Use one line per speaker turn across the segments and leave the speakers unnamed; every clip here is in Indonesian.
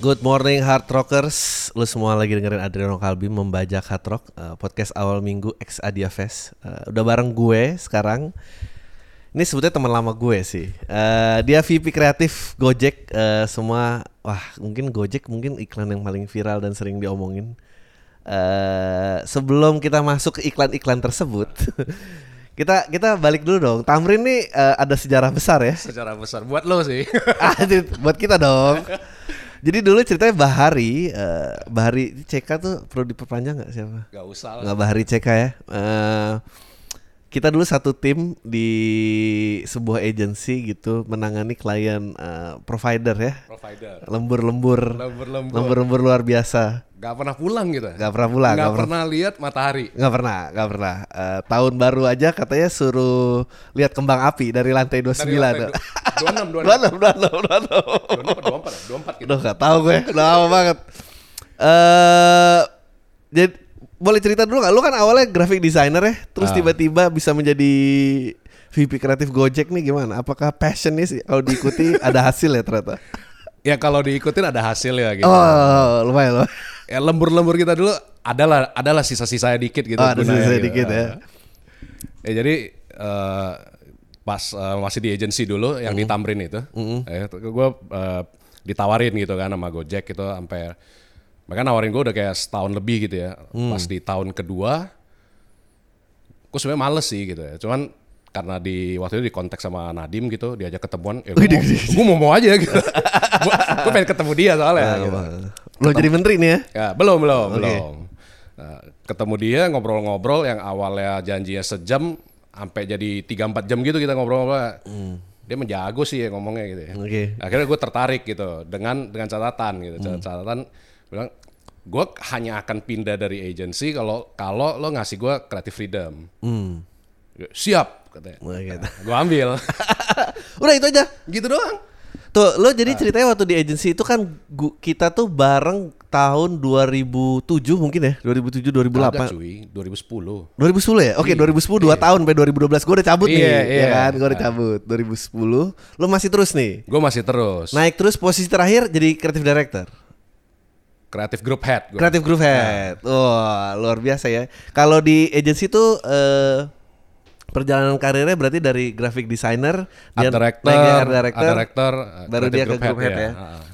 Good morning Hard Rockers. Lu semua lagi dengerin Adriano Kalbi membajak Hard Rock, podcast awal minggu X Adia Fest. Udah bareng gue sekarang. Ini sebetulnya teman lama gue sih. Dia VP kreatif Gojek. Semua mungkin Gojek mungkin iklan yang paling viral dan sering diomongin. Sebelum kita masuk ke iklan-iklan tersebut, kita balik dulu dong. Tamrin nih ada sejarah besar ya.
Sejarah besar buat lo sih.
Buat kita dong. Jadi dulu ceritanya Bahari CK tuh perlu diperpanjang nggak siapa?
Gak usah lah.
Nggak Bahari CK ya. Kita dulu satu tim di sebuah agency gitu menangani klien provider ya. Lembur-lembur luar biasa.
Gak pernah pulang gitu.
Gak pernah pulang.
Gak pernah lihat matahari.
Gak pernah. Tahun baru aja katanya suruh lihat kembang api dari lantai 29.
26. 24 gitu.
Duh gak tahu gue. Udah lama banget. Jadi boleh cerita dulu gak? Lu kan awalnya graphic designer ya, terus tiba-tiba bisa menjadi VP kreatif Gojek nih gimana? Apakah passionnya sih kalau diikuti ada hasil ya ternyata?
Ya kalau diikutin ada hasil ya gitu.
Oh lumayan loh.
Ya lembur-lembur kita dulu adalah sisa-sisanya dikit gitu.
Ada sisa dikit ya.
Ya jadi pas masih di agency dulu yang di Tamrin itu, gue ditawarin gitu kan sama Gojek gitu sampai mereka nawarin gue udah kayak setahun lebih gitu ya. Pas di tahun kedua, gue sebenarnya males sih gitu ya. Cuman karena di waktu itu di kontak sama Nadim gitu, diajak ketemuan, ya gue mau aja gitu. Gue pengen ketemu dia soalnya. Gitu.
Lo jadi menteri nih ya?
Ya belum. Nah, ketemu dia ngobrol-ngobrol yang awalnya janjinya sejam, sampai jadi 3-4 jam gitu kita ngobrol-ngobrol. Dia menjago sih ya ngomongnya gitu ya. Akhirnya gue tertarik gitu dengan catatan gitu. Catatan bilang gue hanya akan pindah dari agency kalau lo ngasih gue creative freedom. Siap katanya. Nah, gue ambil.
Udah itu aja.
Gitu doang.
Tuh lo jadi ceritanya waktu di agency itu kan kita tuh bareng tahun 2007 mungkin ya, 2007 2008.
Agak cuy, 2010.
2010 ya? Oke, 2010 2 tahun sampai 2012 gue udah cabut nih.
Iya
kan? Gue udah cabut. 2010 lo masih terus nih.
Gue masih terus.
Naik terus posisi terakhir jadi creative director.
Creative group head.
Creative group head. Wah, luar biasa ya. Kalau di agency tuh perjalanan karirnya berarti dari graphic designer,
art director,
baru dia ke group head ya.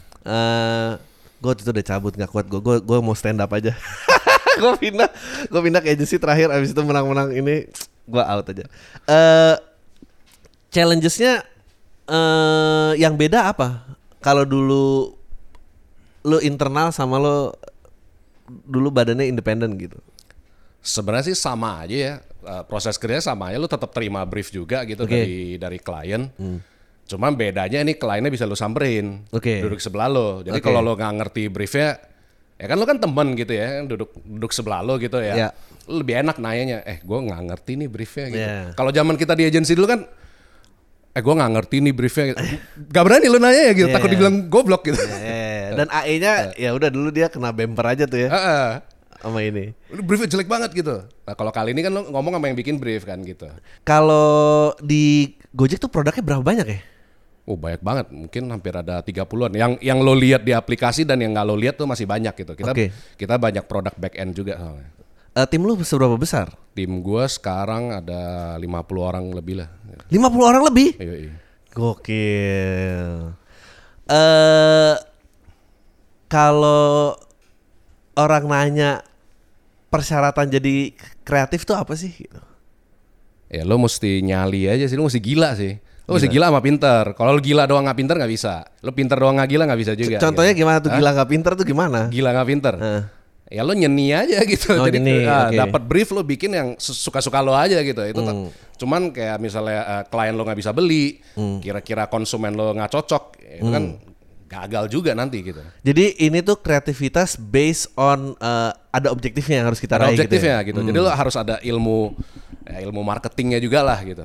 Gue itu udah cabut nggak kuat, gue mau stand up aja. gue pindah ke agency terakhir, abis itu menang ini gue out aja. Challengesnya yang beda apa? Kalau dulu lo internal sama lo dulu badannya independen gitu.
Sebenarnya sih sama aja ya. Proses kerja sama aja, lu tetap terima brief juga gitu dari klien. Cuma bedanya ini kliennya bisa lu samperin, duduk sebelah lo. Jadi kalau lo nggak ngerti briefnya, ya kan lo kan temen gitu ya, duduk sebelah lo gitu ya. Lu lebih enak nanyanya, gue nggak ngerti nih briefnya gitu. Kalau zaman kita di agensi dulu kan, gue nggak ngerti nih briefnya. Gitu. Gak berani lu nanya ya gitu, takut dibilang goblok gitu.
Dan AE-nya ya udah dulu dia kena bumper aja tuh ya. Sama ini.
Briefnya jelek banget gitu. Nah kalau kali ini kan lo ngomong sama yang bikin brief kan gitu.
Kalau di Gojek tuh produknya berapa banyak ya?
Oh banyak banget, mungkin hampir ada 30-an. Yang lo lihat di aplikasi dan yang nggak lo lihat tuh masih banyak gitu. Kita banyak produk back end juga soalnya.
Tim lu seberapa besar?
Tim gua sekarang ada 50 orang lebih lah.
50 orang lebih?
Iya.
Gokil. Kalau orang nanya persyaratan jadi kreatif tuh apa sih?
Ya lo mesti nyali aja sih, lo mesti gila sih. Lo mesti gila sama pinter. Kalau lo gila doang nggak pinter nggak bisa. Lo pinter doang nggak gila nggak bisa juga.
Contohnya gitu. Gimana tuh gila nggak pinter tuh gimana?
Gila nggak pinter. Ya lo nyeni aja gitu. Jadi dapat brief lo bikin yang suka-suka lo aja gitu. Itu cuman kayak misalnya klien lo nggak bisa beli, kira-kira konsumen lo nggak cocok, itu kan gagal juga nanti gitu.
Jadi ini tuh kreativitas based on ada objektifnya yang harus kita raih.
Ada objektifnya gitu. Jadi lo harus ada ilmu marketingnya juga lah gitu.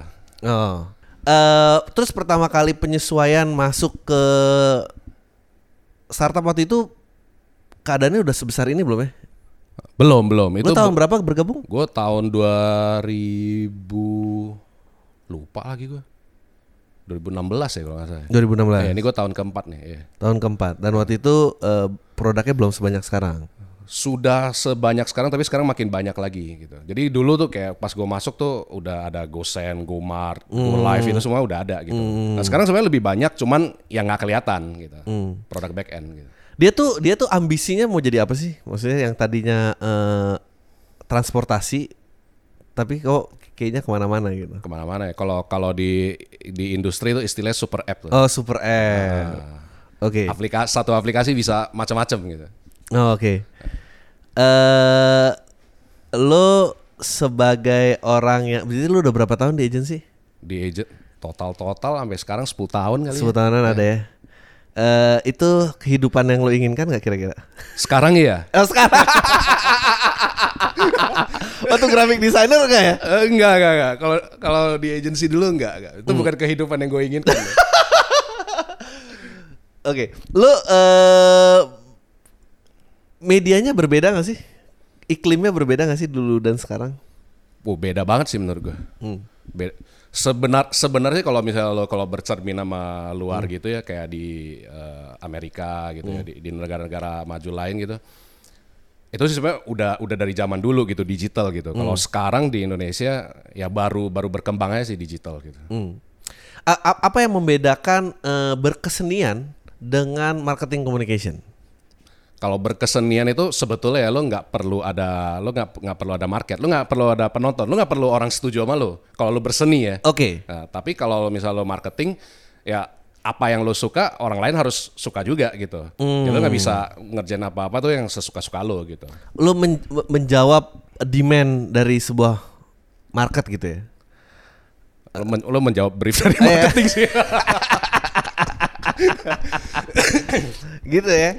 Terus pertama kali penyesuaian masuk ke startup waktu itu keadaannya udah sebesar ini belum ya?
Belum.
Lu tahun berapa bergabung?
Gue tahun 2000, lupa lagi gue. 2016 ya kalau nggak salah.
2016.
Ini gue tahun keempat nih. Ya.
Tahun keempat. Dan waktu itu produknya belum sebanyak sekarang.
Sudah sebanyak sekarang, tapi sekarang makin banyak lagi gitu. Jadi dulu tuh kayak pas gue masuk tuh udah ada GoSend, GoMart, GoLive itu semua udah ada gitu. Nah sekarang sebenarnya lebih banyak, cuman yang nggak kelihatan gitu. Produk back end gitu.
Dia tuh ambisinya mau jadi apa sih? Maksudnya yang tadinya transportasi, tapi kok kayaknya kemana-mana gitu.
Kemana-mana ya. Kalau di industri itu istilahnya super app.
Oh super app. Oke.
Satu aplikasi bisa macam-macam gitu.
Oh, oke. Lo sebagai orang yang, berarti lo udah berapa tahun di agency?
Di agent total sampai sekarang 10 tahun kali.
10 tahunan ada ya. Itu kehidupan yang lo inginkan nggak kira-kira?
Sekarang iya.
Oh, sekarang. Waktu graphic designer nggak ya?
Enggak. Kalau di agency dulu enggak. Itu bukan kehidupan yang gue inginkan.
Oke. Lo medianya berbeda gak sih? Iklimnya berbeda gak sih dulu dan sekarang?
Beda banget sih menurut gue. Sebenarnya kalau misalnya lo bercermin sama luar gitu ya, kayak di Amerika gitu ya, di negara-negara maju lain gitu, itu sih sebenarnya udah dari zaman dulu gitu, digital gitu. Kalau sekarang di Indonesia ya baru berkembang aja sih digital gitu.
Apa yang membedakan berkesenian dengan marketing communication?
Kalau berkesenian itu sebetulnya ya lo nggak perlu ada market, lo nggak perlu ada penonton, lo nggak perlu orang setuju sama lo. Kalau lo berseni ya.
Oke.
Nah, tapi kalau misal lo marketing, ya apa yang lo suka orang lain harus suka juga gitu. Jadi lo nggak bisa ngerjain apa-apa tuh yang sesuka-suka lo gitu.
Lo menjawab demand dari sebuah market gitu ya.
Lo menjawab brief dari marketing sih.
Gitu ya.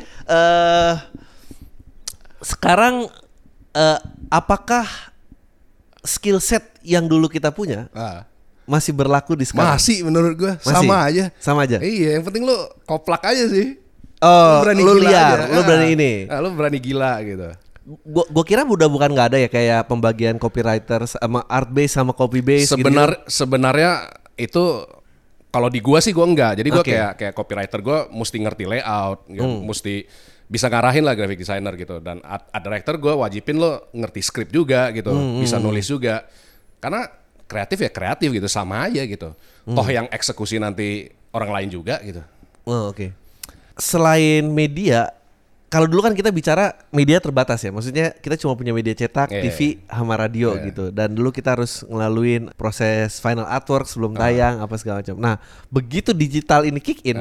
Sekarang apakah skill set yang dulu kita punya masih berlaku di sekarang?
Masih menurut gue sama aja. Iya, yang penting lu koplak aja sih.
Oh, lu liar, lu berani ini.
Lu berani gila gitu.
Gua kira bukan nggak ada ya kayak pembagian copywriter sama art base sama copy base.
Sebenarnya itu kalau di gua sih gua enggak. Jadi gua kayak copywriter gua mesti ngerti layout, mesti bisa ngarahin lah graphic designer gitu. Dan art director gua wajibin lo ngerti script juga gitu, bisa nulis juga. Karena kreatif ya kreatif gitu, sama aja gitu. Toh yang eksekusi nanti orang lain juga gitu.
Oh, oke. Selain media, kalau dulu kan kita bicara media terbatas ya. Maksudnya kita cuma punya media cetak, TV sama radio gitu. Dan dulu kita harus ngelaluin proses final artwork sebelum tayang apa segala macam. Nah, begitu digital ini kick in,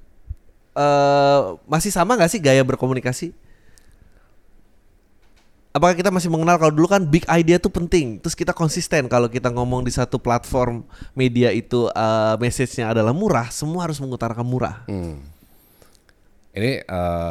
masih sama nggak sih gaya berkomunikasi? Apakah kita masih mengenal kalau dulu kan big idea tuh penting, terus kita konsisten kalau kita ngomong di satu platform media itu message-nya adalah murah, semua harus mengutarakan murah.
Ini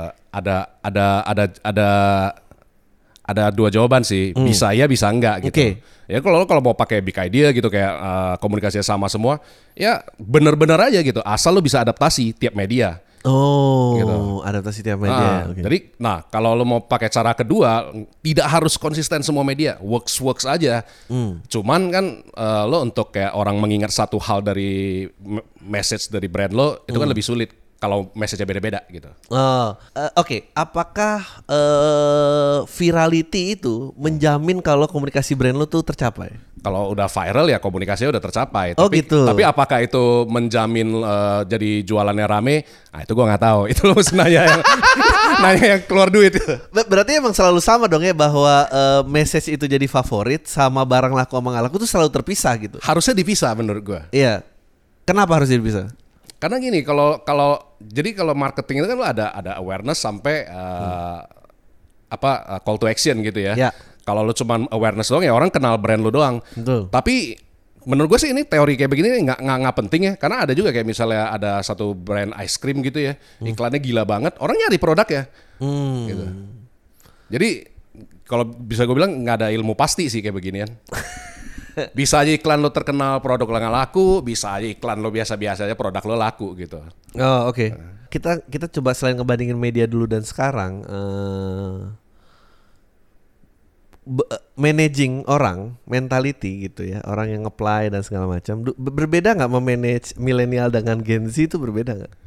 ada dua jawaban sih, bisa ya bisa enggak gitu. Ya kalau mau pakai big idea gitu kayak komunikasinya sama semua, ya bener-bener aja gitu, asal lo bisa adaptasi tiap media.
Oh, gitu. Adaptasi tiap media.
Jadi, kalau lo mau pakai cara kedua, tidak harus konsisten semua media, works aja. Cuman kan lo untuk kayak orang mengingat satu hal dari message dari brand lo itu kan lebih sulit kalau message-nya beda-beda gitu.
Oke. Apakah virality itu menjamin kalau komunikasi brand lo tuh tercapai?
Kalau udah viral ya komunikasinya udah tercapai.
Gitu.
Tapi apakah itu menjamin jadi jualannya rame? Nah itu gua nggak tahu. Itu lo mesti nanya yang keluar duit.
Berarti emang selalu sama dong ya bahwa message itu jadi favorit sama barang laku sama nggak laku itu selalu terpisah gitu.
Harusnya dipisah menurut gua.
Iya. Kenapa harus dipisah?
Karena gini, kalau marketing itu kan lo ada awareness sampai call to action gitu ya. Kalau lo cuma awareness doang ya orang kenal brand lo doang.
Betul.
Tapi menurut gue sih ini teori kayak begini nggak penting ya, karena ada juga kayak misalnya ada satu brand ice cream gitu ya, iklannya gila banget, orang nyari produk ya. Gitu. Jadi kalau bisa gue bilang nggak ada ilmu pasti sih kayak beginian. Bisa aja iklan lo terkenal produk lo nggak laku, bisa aja iklan lo biasa-biasa aja produk lo laku gitu.
Oh oke. Kita coba selain ngebandingin media dulu dan sekarang, managing orang, mentality gitu ya, orang yang apply dan segala macam. Berbeda nggak memanage milenial dengan Gen Z itu berbeda nggak?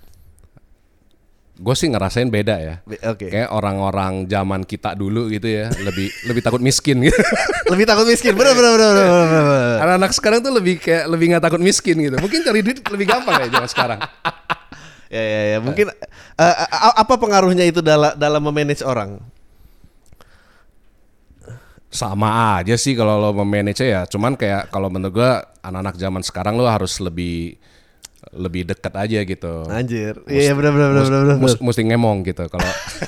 Gue sih ngerasain beda ya. Kayak orang-orang zaman kita dulu gitu ya, lebih takut miskin gitu.
Lebih takut miskin, bener.
Anak-anak sekarang tuh lebih nggak takut miskin gitu. Mungkin cari duit lebih gampang ya zaman sekarang.
Ya. Mungkin apa pengaruhnya itu dalam memanage orang?
Sama aja sih kalau lo memanage ya. Cuman kayak kalau menurut gue anak-anak zaman sekarang lo harus lebih dekat aja gitu.
Anjir. Iya benar.
Mesti ngemong gitu kalau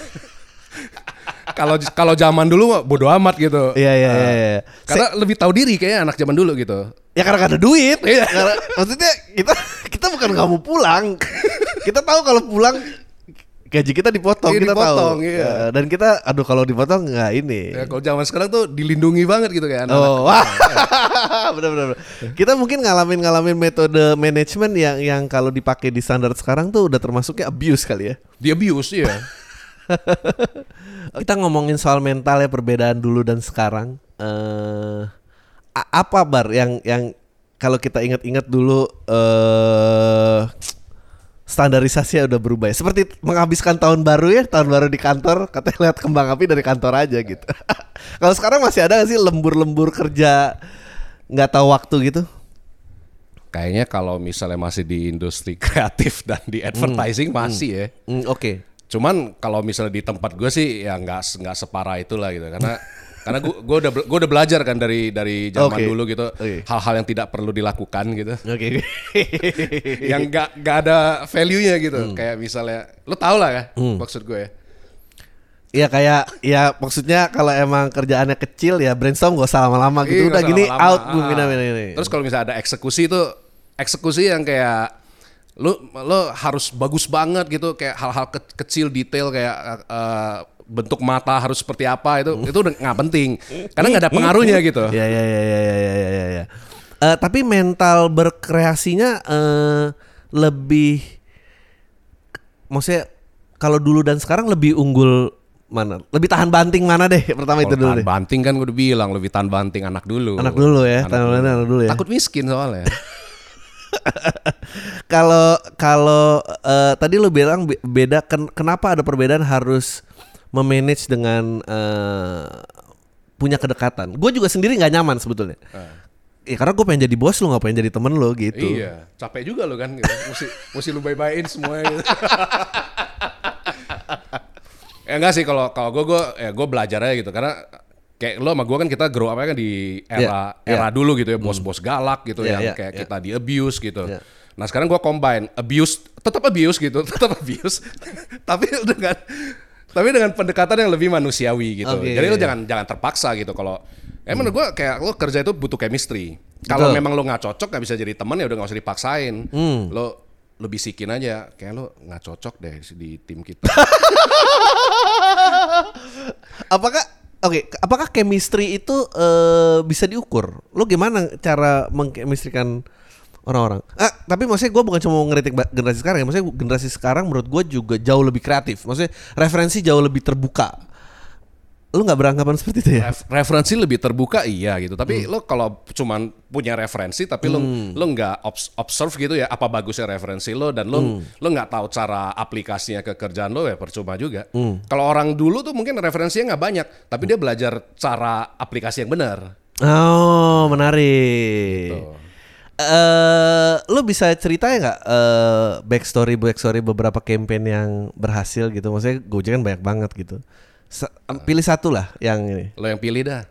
kalau zaman dulu bodo amat gitu.
Iya.
Karena lebih tahu diri kayak anak zaman dulu gitu.
Ya karena ada duit. Karena maksudnya kita bukan nggak mau pulang. Kita tahu kalau pulang gaji kita dipotong, kita tahu.
Iya.
Dan kita kalau dipotong nggak ini.
Ya, kalau zaman sekarang tuh dilindungi banget gitu kayak anak.
Wah. Benar. Kita mungkin ngalamin metode manajemen yang kalau dipakai di standar sekarang tuh udah termasuknya abuse kali ya.
Di abuse ya.
Kita ngomongin soal mental ya, perbedaan dulu dan sekarang. Apa Bar yang kalau kita ingat-ingat dulu standarisasinya udah berubah ya. Seperti menghabiskan tahun baru di kantor, katanya lihat kembang api dari kantor aja gitu. Kalau sekarang masih ada gak sih lembur-lembur kerja nggak tahu waktu gitu?
Kayaknya kalau misalnya masih di industri kreatif dan di advertising masih ya.
Oke.
Cuman kalau misalnya di tempat gue sih ya nggak separah itulah gitu karena gue udah belajar kan dari zaman dulu gitu hal-hal yang tidak perlu dilakukan gitu. Yang nggak ada value-nya gitu. Kayak misalnya lo tau lah kan maksud gue ya.
Iya kayak ya maksudnya kalau emang kerjaannya kecil ya brainstorm gak usah lama-lama gitu. Udah gini lama-lama. Out ini.
Terus kalau misalnya ada eksekusi yang kayak lo harus bagus banget gitu, kayak hal-hal kecil detail kayak bentuk mata harus seperti apa itu udah nggak penting karena nggak ada pengaruhnya gitu.
Ya. Tapi mental berkreasinya lebih, maksudnya kalau dulu dan sekarang lebih unggul mana? Lebih tahan banting mana deh? Pertama itu dulu deh.
Tahan banting kan gue udah bilang lebih tahan banting anak dulu.
Anak dulu ya.
Takut miskin soalnya.
Kalau tadi lu bilang beda, kenapa ada perbedaan harus memanage dengan punya kedekatan? Gue juga sendiri nggak nyaman sebetulnya. Ya karena gue pengen jadi bos lu, nggak pengen jadi temen lu gitu.
Iya, capek juga lu kan, gitu. mesti lu bye-byein semuanya gitu. Ya enggak sih kalau gue belajar aja gitu karena kayak lo sama gue kan kita grow up kan di era dulu gitu ya, bos-bos galak gitu yang kayak kita di abuse gitu. Nah sekarang gue combine tetap abuse tapi dengan pendekatan yang lebih manusiawi gitu. Jadi lo jangan terpaksa gitu. Kalau menurut gue kayak lo kerja itu butuh chemistry. Kalau memang lo nggak cocok nggak bisa jadi teman ya udah nggak usah dipaksain. Lo bisikin aja kayak lo nggak cocok deh di tim kita.
Apakah chemistry itu bisa diukur? Lo gimana cara mengchemistrikan orang-orang? Tapi maksudnya gue bukan cuma ngeritik generasi sekarang ya. Maksudnya generasi sekarang menurut gue juga jauh lebih kreatif. Maksudnya referensi jauh lebih terbuka. Lo nggak beranggapan seperti itu ya?
Referensi lebih terbuka iya gitu. Tapi lo kalau cuman punya referensi tapi lo nggak observe gitu ya apa bagusnya referensi lo dan lo nggak tahu cara aplikasinya ke kerjaan lo ya percuma juga. Kalau orang dulu tuh mungkin referensinya nggak banyak tapi dia belajar cara aplikasi yang benar.
Oh menarik. Gitu. Lo bisa ceritain nggak backstory beberapa campaign yang berhasil gitu? Maksudnya Gojek kan banyak banget gitu. Pilih satu lah yang ini.
Lo yang pilih dah.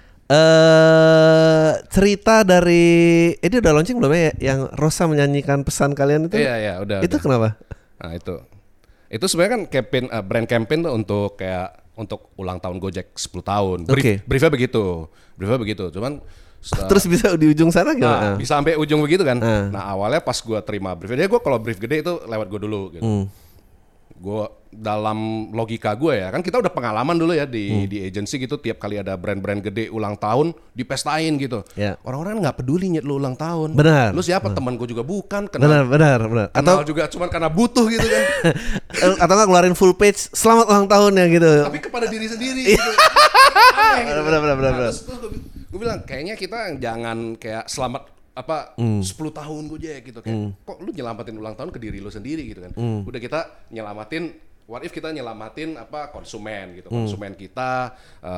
Cerita dari ini udah launching belum ya? Yang Rosa menyanyikan pesan kalian itu?
Iya udah.
Itu kenapa?
Nah itu sebenarnya kan campaign brand campaign tuh untuk ulang tahun Gojek 10 tahun. Briefnya begitu. Cuman
terus bisa di ujung sana gimana?
Nah, bisa sampai ujung begitu kan. Nah awalnya pas gue terima briefnya, gue kalau brief gede itu lewat gue dulu gitu. Gue dalam logika gue ya, kan kita udah pengalaman dulu ya di agency gitu, tiap kali ada brand-brand gede ulang tahun dipestain gitu.
Yeah.
Orang-orang nggak peduli nyet lu ulang tahun.
Benar.
Lu siapa? Teman gue juga bukan.
Benar.
Atau juga cuman karena butuh gitu kan.
Atau nggak keluarin full page selamat ulang tahun ya gitu.
Tapi kepada diri sendiri. Gitu.
Benar.
Terus gue bilang kayaknya kita jangan kayak selamat 10 tahun Gojek gitu kan. Kok lu nyelamatin ulang tahun ke diri lu sendiri gitu kan. Udah kita nyelamatin, what if kita nyelamatin konsumen gitu. Konsumen kita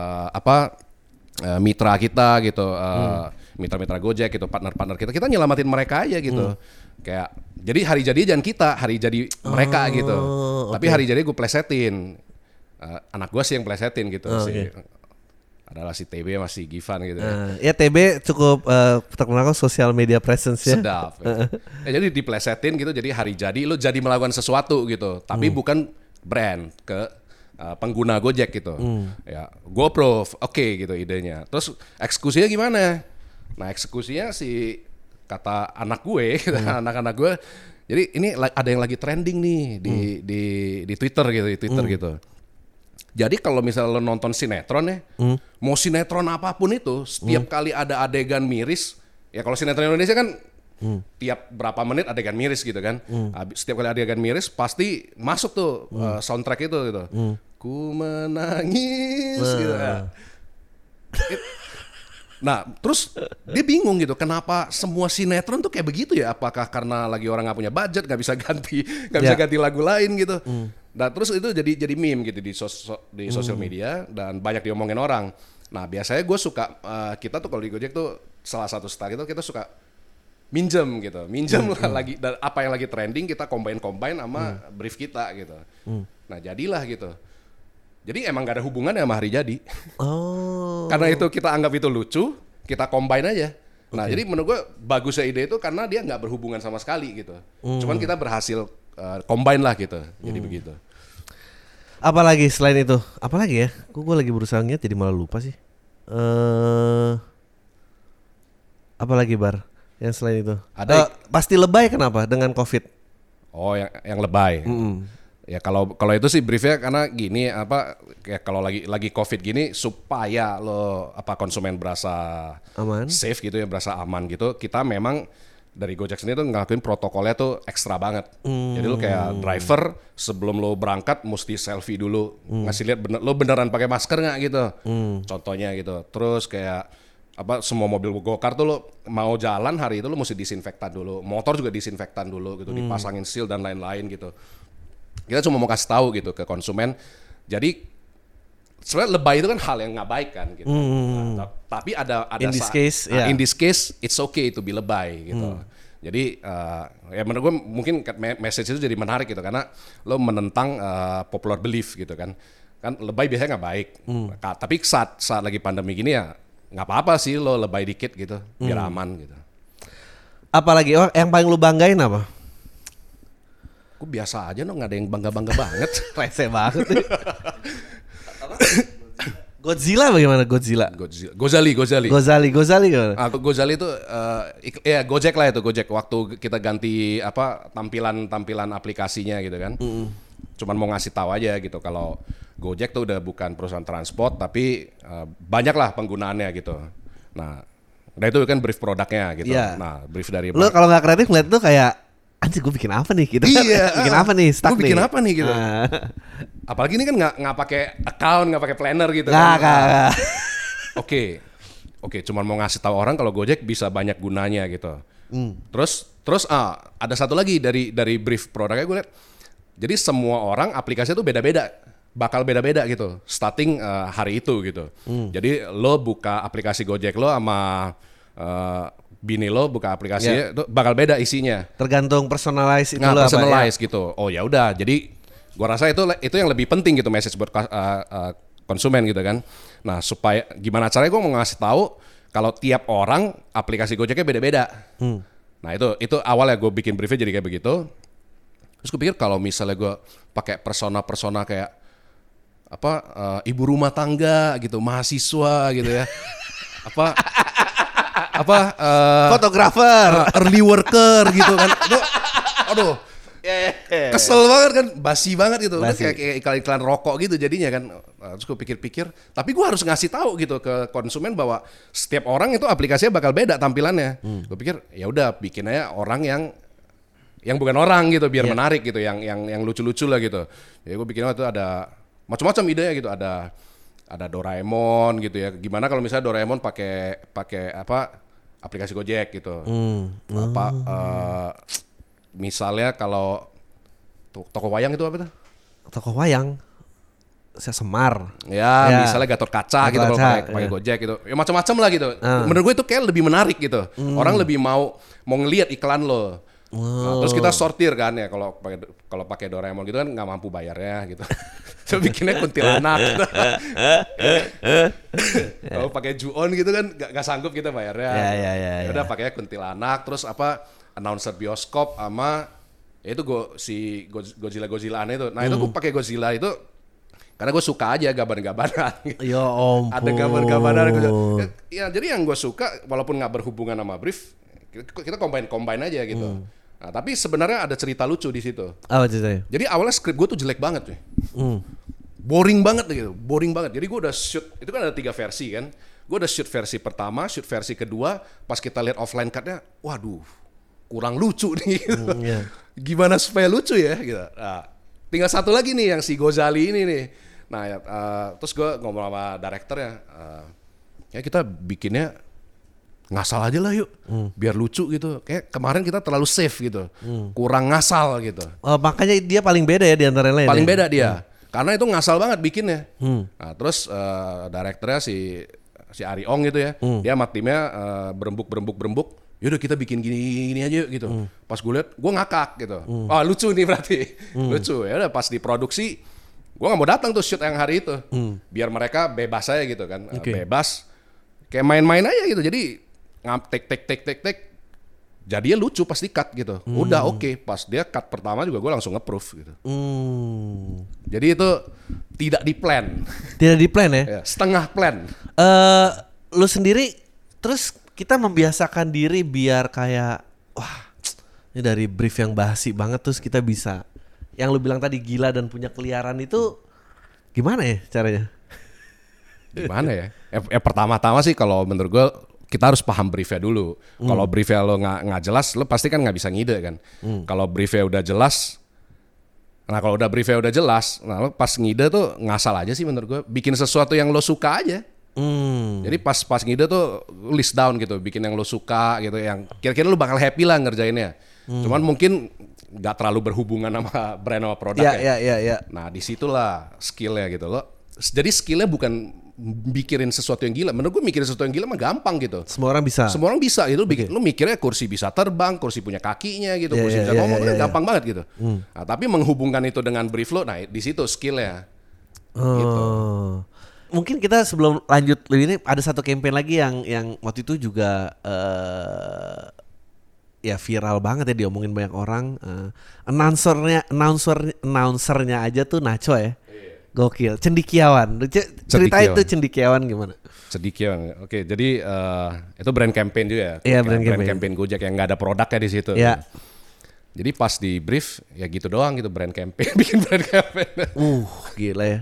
mitra kita gitu, mitra-mitra Gojek gitu, partner-partner kita nyelamatin mereka aja gitu. Kayak jadi hari jadi jangan kita, hari jadi mereka gitu. Tapi hari jadi gue plesetin. Anak gue sih yang plesetin gitu sih. Adalah si TB masih Givan gitu
ya. TB cukup terkenal kan social media presence ya.
Sedap. Jadi diplesetin gitu, jadi hari jadi lo jadi melakukan sesuatu gitu, tapi bukan brand ke pengguna Gojek gitu. Ya, GoPro, oke gitu idenya. Terus eksekusinya gimana? Nah eksekusinya si kata anak gue, anak-anak gue. Jadi ini ada yang lagi trending nih di Twitter gitu, Jadi kalau misalnya lo nonton sinetron ya, mau sinetron apapun itu, setiap kali ada adegan miris, ya kalau sinetron Indonesia kan tiap berapa menit adegan miris gitu kan. Setiap kali adegan miris pasti masuk tuh soundtrack itu gitu. Ku menangis gitu. Nah terus dia bingung gitu, kenapa semua sinetron tuh kayak begitu ya? Apakah karena lagi orang nggak punya budget, nggak bisa ganti lagu lain gitu? Nah terus itu jadi meme gitu di sosial media dan banyak diomongin orang. Nah biasanya gue suka kita tuh kalau di Gojek tuh salah satu style itu kita suka minjem lah lagi dan apa yang lagi trending kita combine sama brief kita gitu. Nah jadilah gitu. Jadi emang gak ada hubungan sama hari jadi. Karena itu kita anggap itu lucu, kita combine aja. Nah jadi menurut gue bagusnya ide itu karena dia nggak berhubungan sama sekali gitu. Cuman kita berhasil combine lah gitu. Jadi begitu.
Apalagi selain itu? Apalagi ya? Gue lagi berusaha nginget jadi malah lupa sih. Apalagi Bar? Yang selain itu? Ada pasti lebay kenapa dengan COVID?
Oh yang lebay. Ya kalau itu sih briefnya karena gini kayak kalau lagi COVID gini supaya lo konsumen berasa
aman,
safe gitu ya, berasa aman gitu. Kita memang dari Gojek sendiri tuh ngelakuin protokolnya tuh ekstra banget. Jadi lo kayak driver sebelum lo berangkat mesti selfie dulu, ngasih lihat lo beneran pakai masker nggak gitu. Contohnya gitu. Terus kayak semua mobil go-kart tuh lo mau jalan hari itu lo mesti disinfektan dulu, motor juga disinfektan dulu gitu, dipasangin seal dan lain-lain gitu. Kita cuma mau kasih tahu gitu ke konsumen. Jadi sebenarnya lebay itu kan hal yang nggak baik kan gitu. Nah, tapi ada
in this case
it's okay to be lebay gitu. Jadi ya menurut gue mungkin message itu jadi menarik gitu karena lo menentang popular belief gitu kan. Kan lebay biasanya nggak baik. Tapi saat lagi pandemi gini ya nggak apa-apa sih lo lebay dikit gitu biar aman gitu.
Apalagi yang paling lo banggain apa?
Gue biasa aja nggak ada yang bangga-bangga banget.
Rese banget. Godzilla bagaimana Godzilla?
Gozali
gimana?
Gozali itu ya Gojek lah itu Gojek waktu kita ganti tampilan aplikasinya gitu kan. Cuman mau ngasih tahu aja gitu kalau Gojek tuh udah bukan perusahaan transport tapi banyak lah penggunaannya gitu. Nah itu kan brief produknya gitu.
Yeah.
Nah brief dari
lo kalau nggak kreatif ngeliat tuh kayak anjir gue bikin apa nih gitu.
Iya.
Bikin apa nih? Stuck
gue bikin apa nih gitu. Apalagi ini kan nggak pakai account, nggak pakai planner gitu.
Nggak.
Oke, cuman mau ngasih tahu orang kalau Gojek bisa banyak gunanya gitu. Terus ada satu lagi dari brief produknya gue lihat. Jadi semua orang aplikasinya tuh beda-beda, bakal beda-beda gitu. Starting hari itu gitu. Jadi lo buka aplikasi Gojek lo sama bini lo buka aplikasinya itu bakal beda isinya.
Tergantung personalize itu
personalize gitu. Oh ya udah, jadi gua rasa itu yang lebih penting gitu message buat konsumen gitu kan. Nah, supaya gimana caranya gua mau ngasih tahu kalau tiap orang aplikasi Gojeknya beda-beda. Nah, itu awalnya gua bikin briefnya jadi kayak begitu. Terus gua pikir kalau misalnya gua pakai persona kayak ibu rumah tangga gitu, mahasiswa gitu ya.
fotografer,
early worker gitu kan. Aduh. Kesel banget kan, basi banget gitu. Udah kayak iklan-iklan rokok gitu jadinya kan. Terus gue pikir-pikir, tapi gue harus ngasih tahu gitu ke konsumen bahwa setiap orang itu aplikasinya bakal beda tampilannya. Gue pikir ya udah bikin aja orang yang bukan orang gitu biar menarik gitu, yang lucu-lucu lah gitu. Ya gue bikin itu ada macam-macam idenya gitu, ada Doraemon gitu ya. Gimana kalau misalnya Doraemon pakai apa aplikasi Gojek gitu. Misalnya kalau toko wayang itu apa tuh?
Toko wayang Semar.
Ya, misalnya Gatot Kaca gitu kalau pakai Gojek gitu. Ya macam-macam lah gitu. Menurut gue itu kayak lebih menarik gitu. Orang lebih mau ngelihat iklan lo. Nah, terus kita sortir kan ya, kalau pakai Doraemon gitu kan nggak mampu bayarnya gitu. So bikinnya kuntilanak. Gitu. Kalau pakai Ju-on gitu kan nggak sanggup kita bayarnya. Ya udah pakainya kuntilanak, terus apa announcer bioskop sama ya itu Godzilla itu. Nah itu gue pakai Godzilla itu karena gue suka aja gaban-gabanan.
Ya ampun.
Ada gaban-gabanan. Ya jadi yang gue suka walaupun nggak berhubungan sama brief, kita combine aja gitu. Nah, tapi sebenarnya ada cerita lucu di situ.
Apa ceritanya?
Jadi awalnya skrip gue tuh jelek banget nih. Boring banget gitu, boring banget. Jadi gue udah shoot, itu kan ada 3 versi kan. Gue udah shoot versi pertama, shoot versi kedua. Pas kita lihat offline cutnya, waduh, kurang lucu nih. Gitu. Gimana supaya lucu ya? Gitu. Nah, tinggal satu lagi nih yang si Gozali ini nih. Nah, terus gue ngomong sama directornya, ya kita bikinnya ngasal aja lah yuk, biar lucu gitu. Kayak kemarin kita terlalu safe gitu, kurang ngasal gitu.
Makanya dia paling beda ya di antara yang lain.
Paling beda dia, karena itu ngasal banget bikinnya. Nah terus direkturnya si Ari Ong gitu ya, dia sama timnya berembuk. Yaudah kita bikin gini aja yuk gitu. Pas gue liat, gue ngakak gitu. Oh lucu nih berarti, lucu ya. Udah pas diproduksi, gue nggak mau datang tuh shoot yang hari itu, biar mereka bebas aja gitu kan, bebas, kayak main-main aja gitu. Jadi tek, jadinya lucu pas di cut gitu. Udah oke. Pas dia cut pertama juga gue langsung nge-proof gitu. Jadi itu tidak di-plan.
Tidak di-plan ya?
Setengah plan.
Lu sendiri terus kita membiasakan diri biar kayak wah ini dari brief yang basi banget terus kita bisa yang lu bilang tadi gila dan punya keliaran itu gimana ya caranya?
Gimana ya? Pertama-tama sih kalau menurut gue kita harus paham briefnya dulu. Kalau briefnya lo nggak jelas, lo pasti kan nggak bisa ngide kan. Kalau briefnya udah jelas, nah kalau udah briefnya udah jelas, nah lo pas ngide tuh ngasal aja sih menurut gue. Bikin sesuatu yang lo suka aja. Jadi pas ngide tuh list down gitu, bikin yang lo suka gitu, yang kira-kira lo bakal happy lah ngerjainnya. Cuman mungkin nggak terlalu berhubungan sama brand sama produk
ya.
Nah disitulah skillnya gitu lo. Jadi skillnya bukan mikirin sesuatu yang gila. Menurut gue mikirin sesuatu yang gila mah gampang gitu.
Semua orang bisa gitu.
Lu mikirnya kursi bisa terbang, kursi punya kakinya gitu, kursi bisa ngomong, gampang banget gitu. Nah, tapi menghubungkan itu dengan brief lo, nah di situ skillnya. Gitu.
Mungkin kita sebelum lanjut ini ada satu campaign lagi yang waktu itu juga ya viral banget ya, diomongin banyak orang. Announcernya aja tuh Nacho ya. Gokil, cendikiawan. Ceritain tuh cendikiawan gimana?
Cendikiawan. Oke, jadi itu brand campaign juga ya.
Iya,
brand campaign Gojek yang nggak ada produknya di situ.
Iya.
Jadi pas di brief ya gitu doang gitu, brand campaign, bikin brand campaign.
Gila ya.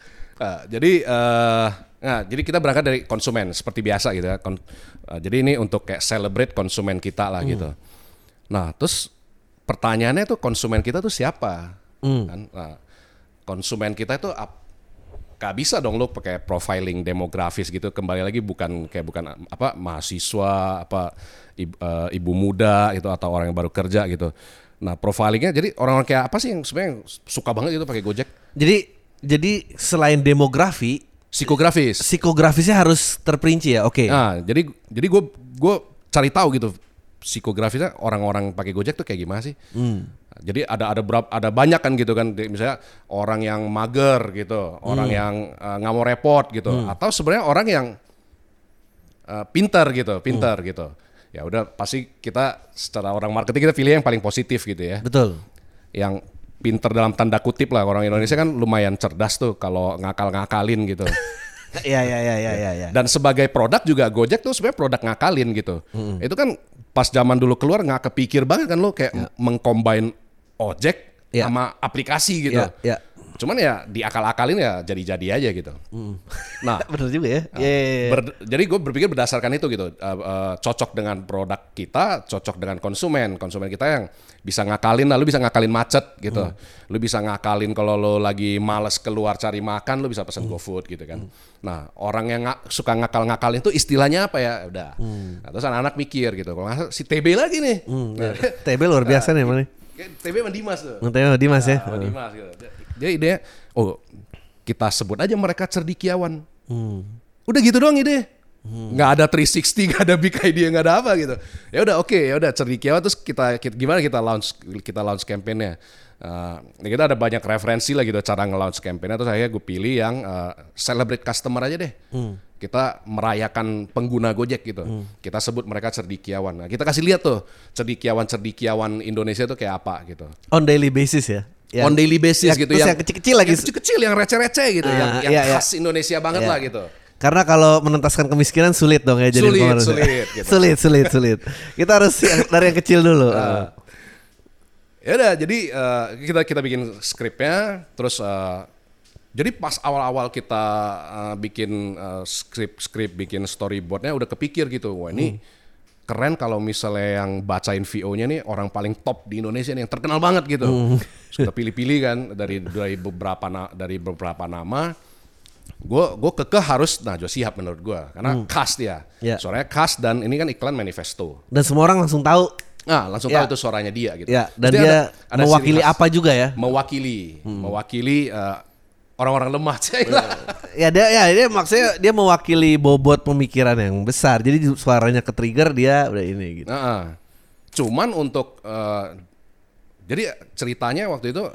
Jadi kita berangkat dari konsumen seperti biasa gitu ya. Jadi ini untuk kayak celebrate konsumen kita lah gitu. Nah, terus pertanyaannya tuh konsumen kita tuh siapa? Kan? Nah, konsumen kita itu gak bisa dong lo pakai profiling demografis gitu, kembali lagi bukan apa mahasiswa apa ibu muda gitu atau orang yang baru kerja gitu. Nah profilingnya jadi orang-orang kayak apa sih yang sebenarnya suka banget gitu pakai Gojek?
Jadi selain demografi, psikografisnya harus terperinci ya. Oke.
Nah jadi gue cari tahu gitu psikografisnya orang-orang pakai Gojek tuh kayak gimana sih? Jadi ada banyak kan gitu kan, misalnya orang yang mager gitu, orang yang nggak mau repot gitu, atau sebenarnya orang yang pintar gitu. Ya udah pasti kita secara orang marketing kita pilih yang paling positif gitu ya.
Betul.
Yang pintar dalam tanda kutip lah, orang Indonesia kan lumayan cerdas tuh kalau ngakal-ngakalin gitu.
Iya.
Dan sebagai produk juga Gojek tuh sebenarnya produk ngakalin gitu. Itu kan pas zaman dulu keluar nggak kepikir banget kan lo kayak mengcombine ojek sama aplikasi gitu. Cuman ya diakal-akalin ya jadi-jadi aja gitu. Nah,
bener juga ya.
Jadi gue berpikir berdasarkan itu gitu, cocok dengan produk kita, cocok dengan konsumen kita yang bisa ngakalin, lalu bisa ngakalin macet gitu. Lu bisa ngakalin kalau lo lagi males keluar cari makan, lu bisa pesan GoFood gitu kan. Nah, orang yang suka ngakal-ngakalin itu istilahnya apa ya? Udah. Nah, terus anak-anak mikir gitu. Kalau si TB lagi nih.
TB luar biasa nih emang nih.
TB sama Dimas tuh.
Dimas ya.
Dimas gitu. Jadi ide, kita sebut aja mereka cerdikiawan. Udah gitu doang ide. Nggak ada 360, nggak ada big idea, nggak ada apa gitu. Ya udah oke, ya udah cerdikiawan. Terus gimana kita launch campaign-nya. Kita ada banyak referensi lah gitu cara nge-launch campaign-nya. Terus akhirnya gue pilih yang celebrate customer aja deh. Kita merayakan pengguna Gojek gitu. Kita sebut mereka cerdikiawan. Nah, kita kasih lihat tuh cerdikiawan Indonesia tuh kayak apa gitu.
On daily basis ya.
On daily basis gitu,
yang kecil-kecil lagi.
Yang kecil-kecil, yang receh-receh gitu, yang khas Indonesia banget lah gitu.
Karena kalau menuntaskan kemiskinan sulit dong ya jadi sulit. Kita harus dari yang kecil dulu.
Ya udah, jadi kita bikin skripnya, terus jadi pas awal-awal kita bikin skrip bikin storyboardnya udah kepikir gitu, wah ini keren kalau misalnya yang bacain VO-nya nih orang paling top di Indonesia nih, yang terkenal banget gitu. Sudah pilih-pilih kan dari beberapa nama. Gue kekeh harus Najwa Shihab menurut gue, karena cast dia. Suaranya cast dan ini kan iklan manifesto.
Dan semua orang langsung tahu.
Langsung tahu itu suaranya dia gitu.
Dan dia ada mewakili apa juga ya?
Mewakili orang-orang lemah.
Dia maksudnya dia mewakili bobot pemikiran yang besar. Jadi suaranya ke-trigger dia udah ini gitu.
Cuman untuk jadi ceritanya waktu itu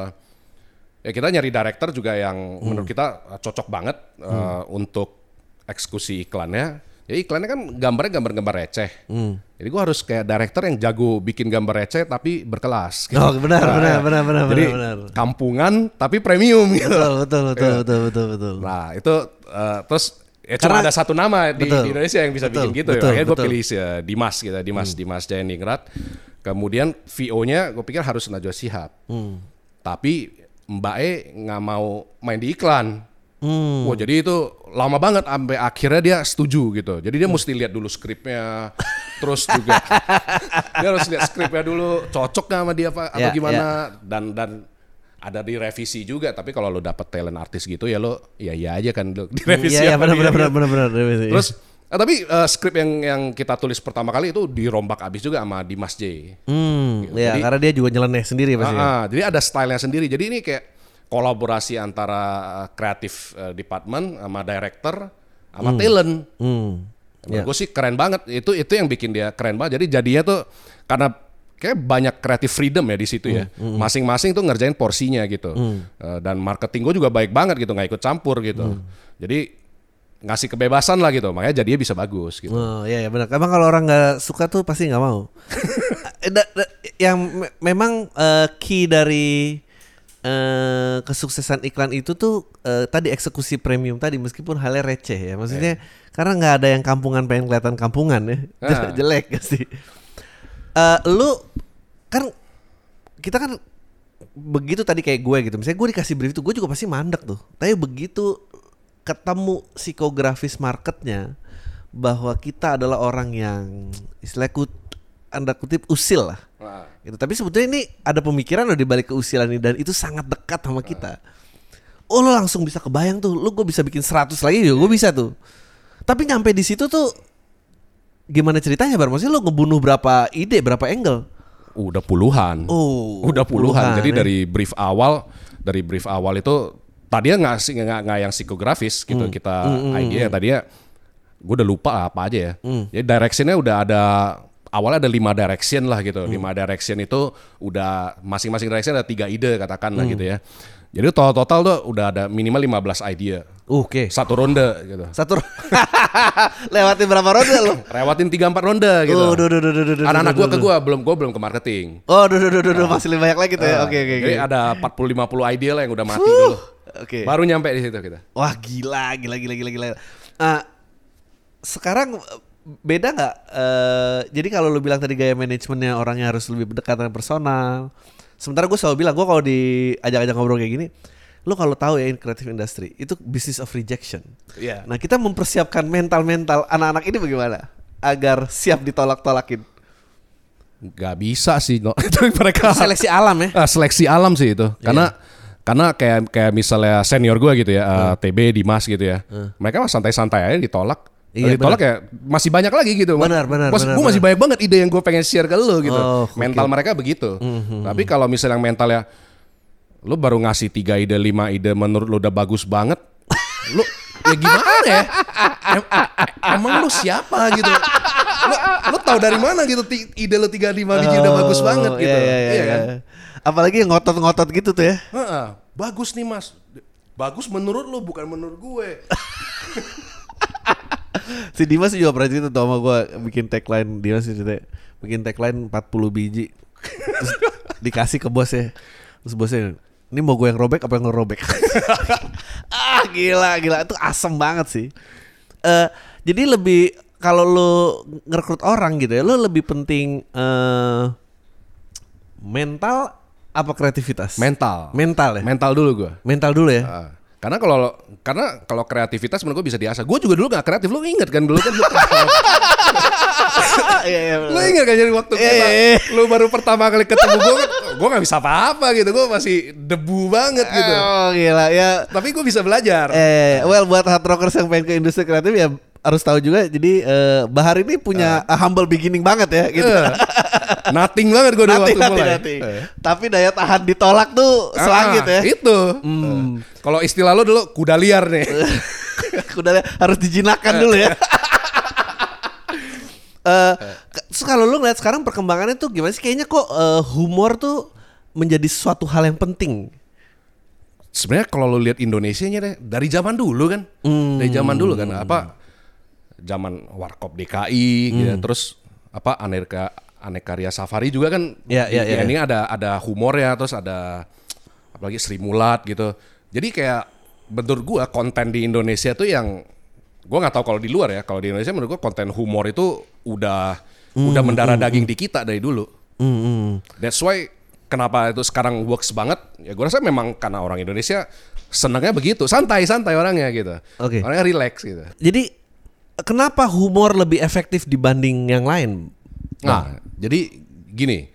ya kita nyari director juga yang menurut kita cocok banget untuk eksekusi iklannya. Jadi iklannya kan gambar-gambar receh. Jadi gue harus kayak director yang jago bikin gambar receh tapi berkelas. Gitu.
Oh benar.
Jadi kampungan tapi premium gitu.
Betul.
Nah itu terus ya cuma ada satu nama di Indonesia yang bisa bikin gitu. Akhirnya gue pilih Dimas gitu, Dimas Jayaningrat. Kemudian VO-nya gue pikir harus Najwa Shihab. Tapi Mbak E nggak mau main di iklan. Wah jadi itu lama banget sampai akhirnya dia setuju gitu. Jadi dia mesti lihat dulu skripnya, terus juga dia harus lihat skripnya dulu cocok nggak sama dia atau gimana, dan ada direvisi juga. Tapi kalau lo dapet talent artis gitu ya lo ya aja kan lo direvisi.
Benar.
Terus tapi skrip yang kita tulis pertama kali itu dirombak abis juga sama Dimas J. Gitu. Jadi,
karena dia juga nyeleneh sendiri pasti.
Jadi ada stylenya sendiri. Jadi ini kayak kolaborasi antara kreatif department sama director sama talent. Gue sih keren banget. Itu yang bikin dia keren banget. Jadi jadinya tuh karena kayak banyak creative freedom ya di situ ya. Masing-masing tuh ngerjain porsinya gitu. Dan marketing gue juga baik banget gitu, nggak ikut campur gitu. Jadi ngasih kebebasan lah gitu. Makanya jadinya bisa bagus gitu.
Oh iya benar. Emang kalau orang nggak suka tuh pasti nggak mau. Yang memang key dari kesuksesan iklan itu tuh tadi eksekusi premium tadi, meskipun halnya receh ya, maksudnya karena nggak ada yang kampungan pengen kelihatan kampungan ya, jelek sih. Lu kan kita kan begitu tadi kayak gue gitu, misalnya gue dikasih brief tuh gue juga pasti mandek tuh, tapi begitu ketemu psikografis marketnya bahwa kita adalah orang yang istilahnya anda kutip usil lah. Gitu. Tapi sebetulnya ini ada pemikiran loh di balik keusilan ini, dan itu sangat dekat sama kita. Oh lo langsung bisa kebayang tuh, gue bisa bikin 100 lagi juga gue bisa tuh. Tapi nyampe di situ tuh gimana ceritanya Bar? Maksudnya lo ngebunuh berapa ide, berapa angle?
Udah puluhan. Udah puluhan. Jadi dari brief awal itu tadinya nggak yang psikografis gitu. Kita idea tadinya gue udah lupa apa aja ya. Jadi directionnya udah ada. Awalnya ada 5 direction lah gitu. 5 direction itu udah masing-masing direction ada 3 ide katakan lah gitu ya. Jadi total tuh udah ada minimal 15 idea.
Oke.
Satu ronde gitu.
Lewatin berapa ronde lo?
Lewatin 3-4 ronde gitu. Anak-anak gue belum ke marketing.
Masih lebih banyak lagi tuh ya. Oke.
Jadi ada 40-50 idea lah yang udah mati dulu.
Oke.
Baru nyampe di situ kita.
Wah gila. Sekarang beda nggak? Jadi kalau lu bilang tadi gaya manajemennya orangnya harus lebih berdekatan personal. Sementara gue selalu bilang, gue kalau diajak-ajak ngobrol kayak gini, lo kalau tahu ya in creative industry itu business of rejection.
Iya.
Nah kita mempersiapkan mental anak-anak ini bagaimana agar siap ditolak-tolakin?
Gak bisa sih, no. Itu mereka
seleksi alam ya.
Seleksi alam sih itu. Karena kayak misalnya senior gue gitu ya, TB, Dimas gitu ya. Mereka mah santai-santai aja ditolak.
Iya,
ditolak ya masih banyak lagi gitu.
Benar.
Gue masih banyak banget ide yang gue pengen share ke lo gitu. Mental mereka begitu. Tapi kalau misalnya yang mentalnya lo baru ngasih 3 ide, 5 ide menurut lo udah bagus banget. Lo ya gimana ya? Emang lo siapa gitu? Lo tahu dari mana gitu ide lo 3-5 biji udah bagus banget gitu. Iya kan?
Apalagi yang ngotot-ngotot gitu tuh ya.
Bagus nih Mas. Bagus menurut lo bukan menurut gue.
Si Dimas juga pernah cerita tuh sama gue bikin tagline. Dimas cerita bikin tagline 40 biji. Terus dikasih ke bosnya. Terus bosnya, ini mau gue yang robek apa yang ngerobek? Gila itu asem banget sih. Jadi lebih kalau lo ngerekrut orang gitu ya, lo lebih penting mental apa kreativitas?
Mental ya.
Mental dulu ya.
Karena kalau kreativitas menurut gue bisa diasah. Gue juga dulu gak kreatif. Lo ingat kan dulu kan? Lo ingat kan jadi waktu lo baru pertama kali ketemu gue gak bisa apa-apa gitu. Gue masih debu banget gitu.
Oh gila ya.
Tapi gue bisa belajar.
Well buat hard rockers yang pengen ke industri kreatif ya harus tahu juga. Jadi Bahar ini punya humble beginning banget ya gitu.
Nothing banget gue waktu mulai.
Tapi daya tahan ditolak tuh selangit ya.
Itu. Kalau istilah lo dulu kuda liar nih.
Kuda liar harus dijinakkan dulu ya. So kalau lu ngeliat sekarang perkembangannya tuh gimana sih? Kayaknya kok humor tuh menjadi suatu hal yang penting.
Sebenarnya kalau lu lihat Indonesianya deh dari zaman dulu kan. Dari zaman dulu kan zaman Warkop DKI gitu. Terus Aneka Ria Safari juga kan. Ini ada humornya, terus ada apalagi Sri Mulat gitu. Jadi kayak menurut gua konten di Indonesia tuh yang gua nggak tahu kalau di luar ya. Kalau di Indonesia menurut gua konten humor itu udah mendarah daging di kita dari dulu. That's why kenapa itu sekarang works banget. Ya gua rasa memang karena orang Indonesia senangnya begitu, santai orangnya gitu. Orangnya relax gitu.
Jadi kenapa humor lebih efektif dibanding yang lain?
Nah, jadi gini.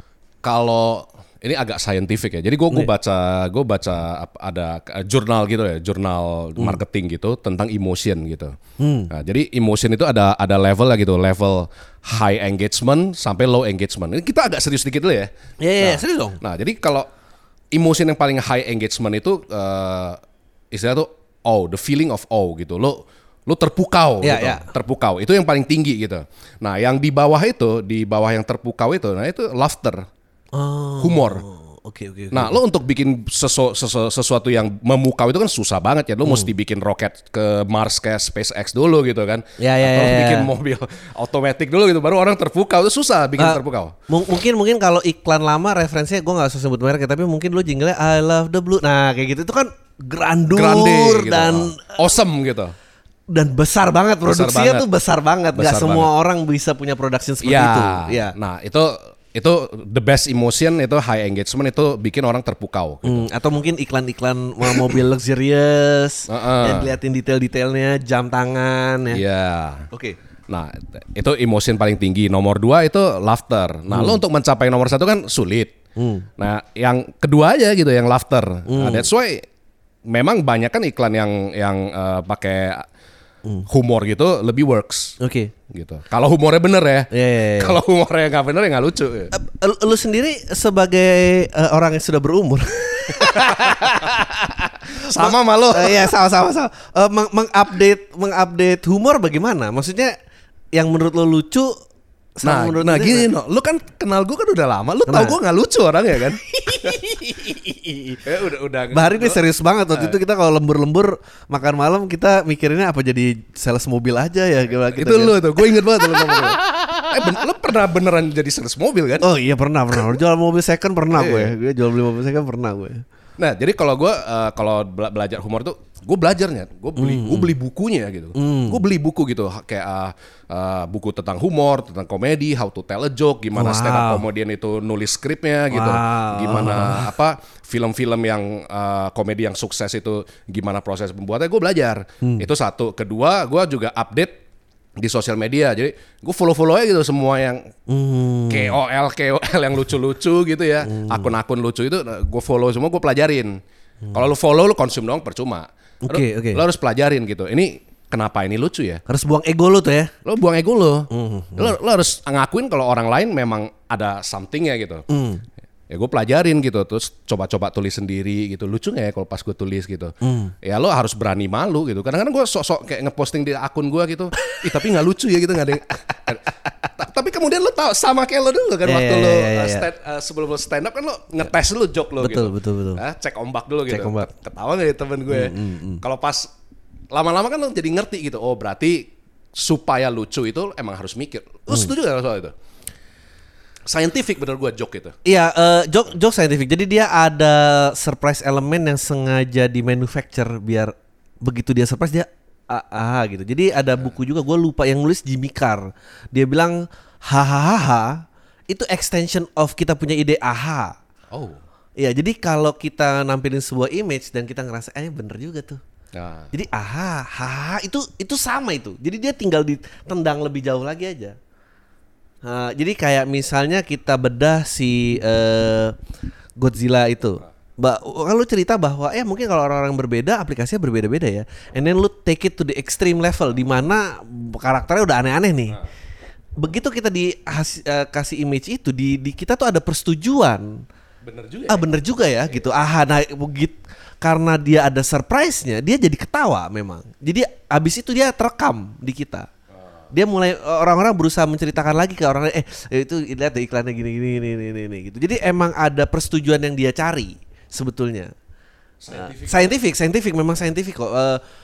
Kalau ini agak scientific ya. Jadi gue baca ada jurnal gitu ya, jurnal marketing gitu tentang emotion gitu. Nah, jadi emotion itu ada level lah gitu, level high engagement sampai low engagement. Ini kita agak serius dikit dulu ya.
Iya, serius dong.
Nah, jadi kalau emotion yang paling high engagement itu istilahnya tuh the feeling of gitu. Lo terpukau gitu. Terpukau. Itu yang paling tinggi gitu. Nah, yang di bawah yang terpukau itu, nah itu laughter. Humor.
Oke.
Nah, lo untuk bikin sesuatu yang memukau itu kan susah banget ya. Lo mesti bikin roket ke Mars kayak SpaceX dulu gitu kan. Atau bikin mobil otomatis dulu gitu. Baru orang terpukau. Itu susah bikin terpukau.
Mungkin kalau iklan lama referensinya gue gak usah sebut merek, tapi mungkin lo jinglenya I love the blue. Nah kayak gitu itu kan grande gitu. Dan
awesome gitu.
Dan besar banget produksinya tuh besar banget. Gak semua orang bisa punya production seperti itu.
Ya. Nah itu the best emotion, itu high engagement, itu bikin orang terpukau gitu.
Atau mungkin iklan-iklan mobil luxurious yang diliatin detail-detailnya, jam tangan ya.
Iya.
Oke.
Nah itu emotion paling tinggi. Nomor 2 itu laughter. Nah lo untuk mencapai nomor 1 kan sulit. Nah yang kedua aja gitu yang laughter. Nah, that's why memang banyak kan iklan yang pakai humor gitu lebih works.
Oke.
Gitu. Kalau humornya bener ya.
Kalau
humornya nggak bener ya nggak lucu.
Lu sendiri sebagai orang yang sudah berumur.
Sama malu.
Iya sama. Mengupdate humor bagaimana? Maksudnya yang menurut lo lucu.
Nah gini lu kan kenal gue kan udah lama, lu tau gue nggak lucu orangnya kan. udah.
Bahar ini serius banget waktu itu kita kalau lembur-lembur makan malam kita mikirinnya apa jadi sales mobil aja ya gitu.
Itu lu tuh, gue inget banget lu ngomong. Lu pernah beneran jadi sales mobil kan?
Oh iya pernah. Jual mobil second pernah gue jual beli mobil second pernah gue.
Nah, jadi kalau gue belajar humor tuh gue belajarnya, gue beli bukunya gitu. Gue beli buku gitu kayak buku tentang humor, tentang komedi, how to tell a joke, gimana stand up comedian itu nulis skripnya gitu. Gimana film-film yang komedi yang sukses itu gimana proses pembuatannya, gue belajar. Itu satu. Kedua, gue juga update di sosial media, jadi gue follow aja gitu semua yang KOL yang lucu-lucu gitu ya, akun-akun lucu itu gue follow semua, gue pelajarin. Kalau lu follow lu konsum doang percuma. Lu harus pelajarin gitu. Ini kenapa ini lucu ya?
Harus buang ego lu tuh ya.
Lu buang ego lu. Lu harus ngakuin kalau orang lain memang ada something-nya gitu. Ya gue pelajarin gitu, terus coba-coba tulis sendiri gitu. Lucu gak ya kalau pas gue tulis gitu. Ya lo harus berani malu gitu. Kadang-kadang gue sok-sok kayak ngeposting di akun gue gitu. Tapi gak lucu ya gitu, gak ada yang... Tapi kemudian lo tau sama kayak lo dulu kan, waktu lo sebelum lo stand up kan lo ngetes dulu joke lo gitu.
Betul.
Cek ombak dulu gitu.
Ombak.
Ketawa gak ya temen gue. Kalau pas lama-lama kan lo jadi ngerti gitu. Oh berarti supaya lucu itu emang harus mikir. Lo setuju gak soal itu? Scientific bener gue joke itu.
Iya, joke scientific. Jadi dia ada surprise element yang sengaja di manufacture biar begitu dia surprise dia gitu. Jadi ada buku juga, gue lupa, yang nulis Jimmy Carr. Dia bilang hahaha itu extension of kita punya ide aha.
Oh.
Iya, jadi kalau kita nampilin sebuah image dan kita ngerasa bener juga tuh. Jadi hahaha itu sama itu. Jadi dia tinggal ditendang lebih jauh lagi aja. Jadi kayak misalnya kita bedah si Godzilla itu, kalau cerita bahwa mungkin kalau orang-orang berbeda aplikasinya berbeda-beda ya, and then lu take it to the extreme level di mana karakternya udah aneh-aneh nih. Begitu kita kasih image itu di kita tuh ada persetujuan. Bener juga ya gitu. Nah begitu karena dia ada surprise-nya, dia jadi ketawa memang. Jadi abis itu dia terekam di kita. Dia mulai orang-orang berusaha menceritakan lagi ke orang lain, itu lihat deh iklannya gini gitu. Jadi emang ada persetujuan yang dia cari sebetulnya. Scientific memang scientific kok.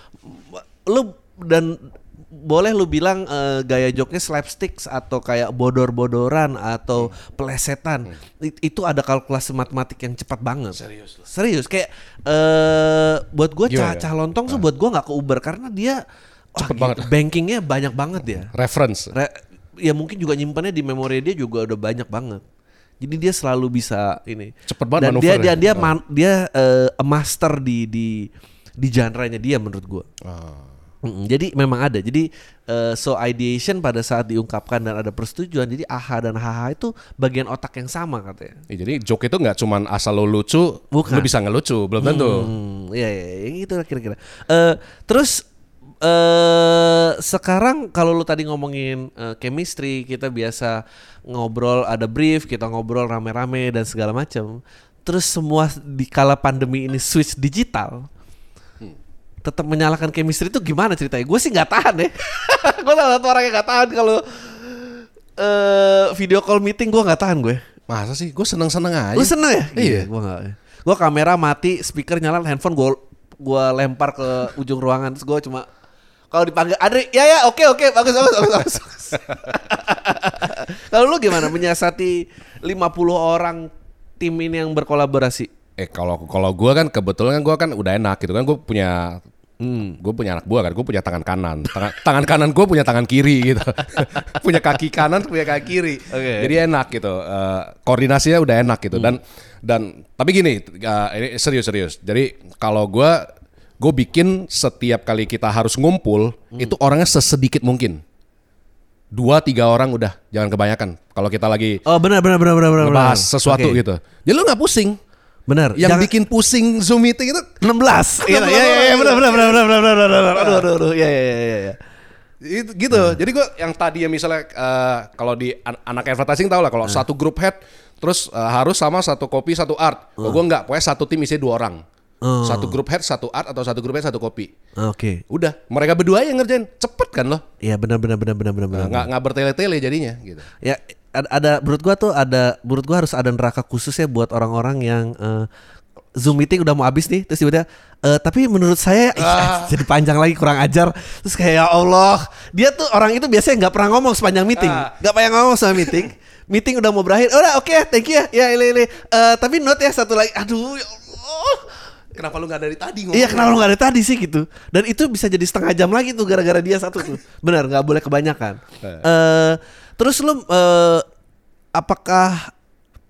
Lu dan boleh lu bilang gaya joknya slapstick atau kayak bodor-bodoran atau pelesetan. Itu ada kalkulasi matematik yang cepat banget. Serius kayak buat gue cah lontong tuh buat gue nggak ke Uber karena dia cepet banget. Bankingnya banyak banget ya.
Reference.
Ya mungkin juga nyimpannya di memori dia juga udah banyak banget. Jadi dia selalu bisa ini.
Cepet banget.
Dan dia a master di genre-nya dia menurut gua. Jadi memang ada. Jadi so ideation pada saat diungkapkan dan ada persetujuan. Jadi aha dan haha itu bagian otak yang sama katanya.
Jadi joke itu nggak cuman asal lo lucu, bukan. Lo bisa ngelucu, belum tentu.
Iya gitu kira-kira. Terus sekarang kalau lu tadi ngomongin chemistry, kita biasa ngobrol, ada brief, kita ngobrol rame-rame dan segala macam. Terus semua di kala pandemi ini switch digital, tetap menyalakan chemistry itu gimana ceritanya? Gue sih nggak tahan ya. Gue salah satu orang yang nggak tahan kalau video call meeting, gue nggak tahan gue.
Masa sih? Gue seneng-seneng aja.
Lu seneng ya?
Iya.
Gue nggak. Gue kamera mati, speaker nyala, handphone gue lempar ke ujung ruangan, terus gue cuma kalau dipanggil Adri, ya oke bagus. Kalau lu gimana menyiasati 50 orang tim ini yang berkolaborasi?
Kalau gue kan kebetulan gue kan udah enak gitu kan, gue punya anak buah kan, gue punya tangan kanan, tangan kanan gue punya tangan kiri gitu, punya kaki kanan punya kaki kiri, jadi enak gitu, koordinasinya udah enak gitu dan tapi gini, ini serius, jadi kalau gue bikin setiap kali kita harus ngumpul itu orangnya sesedikit mungkin. 2-3 orang udah, jangan kebanyakan. Kalau kita lagi
benar
ngebahas sesuatu gitu. Jadi lu nggak pusing.
Benar.
Yang bikin pusing Zoom meeting itu
16. Iya benar. Aduh. Iya.
Itu gitu. Jadi gue yang tadi ya misalnya kalau di anak advertising tau lah, kalau satu group head terus harus sama satu copy satu art. Kalau gue nggak, pokoknya satu tim isinya 2 orang. Satu grup head, satu art, atau satu grup head, satu kopi.
Oke.
Udah, mereka berdua yang ngerjain, cepet kan loh.
Iya benar.
Nggak bertele-tele jadinya gitu.
Ya ada menurut gua harus ada neraka khusus ya buat orang-orang yang Zoom meeting udah mau habis nih, terus tiba-tiba tapi menurut saya jadi panjang lagi, kurang ajar. Terus kayak ya Allah, dia tuh orang itu biasanya nggak pernah ngomong sepanjang meeting, nggak pernah ngomong sama meeting udah mau berakhir, udah oke, thank you ya, ini. Tapi note ya satu lagi, aduh ya Allah.
Kenapa lu nggak dari tadi ngomong?
Iya, kenapa lu nggak dari tadi sih gitu. Dan itu bisa jadi setengah jam lagi tuh gara-gara dia satu tuh. Benar, nggak boleh kebanyakan. Terus lu apakah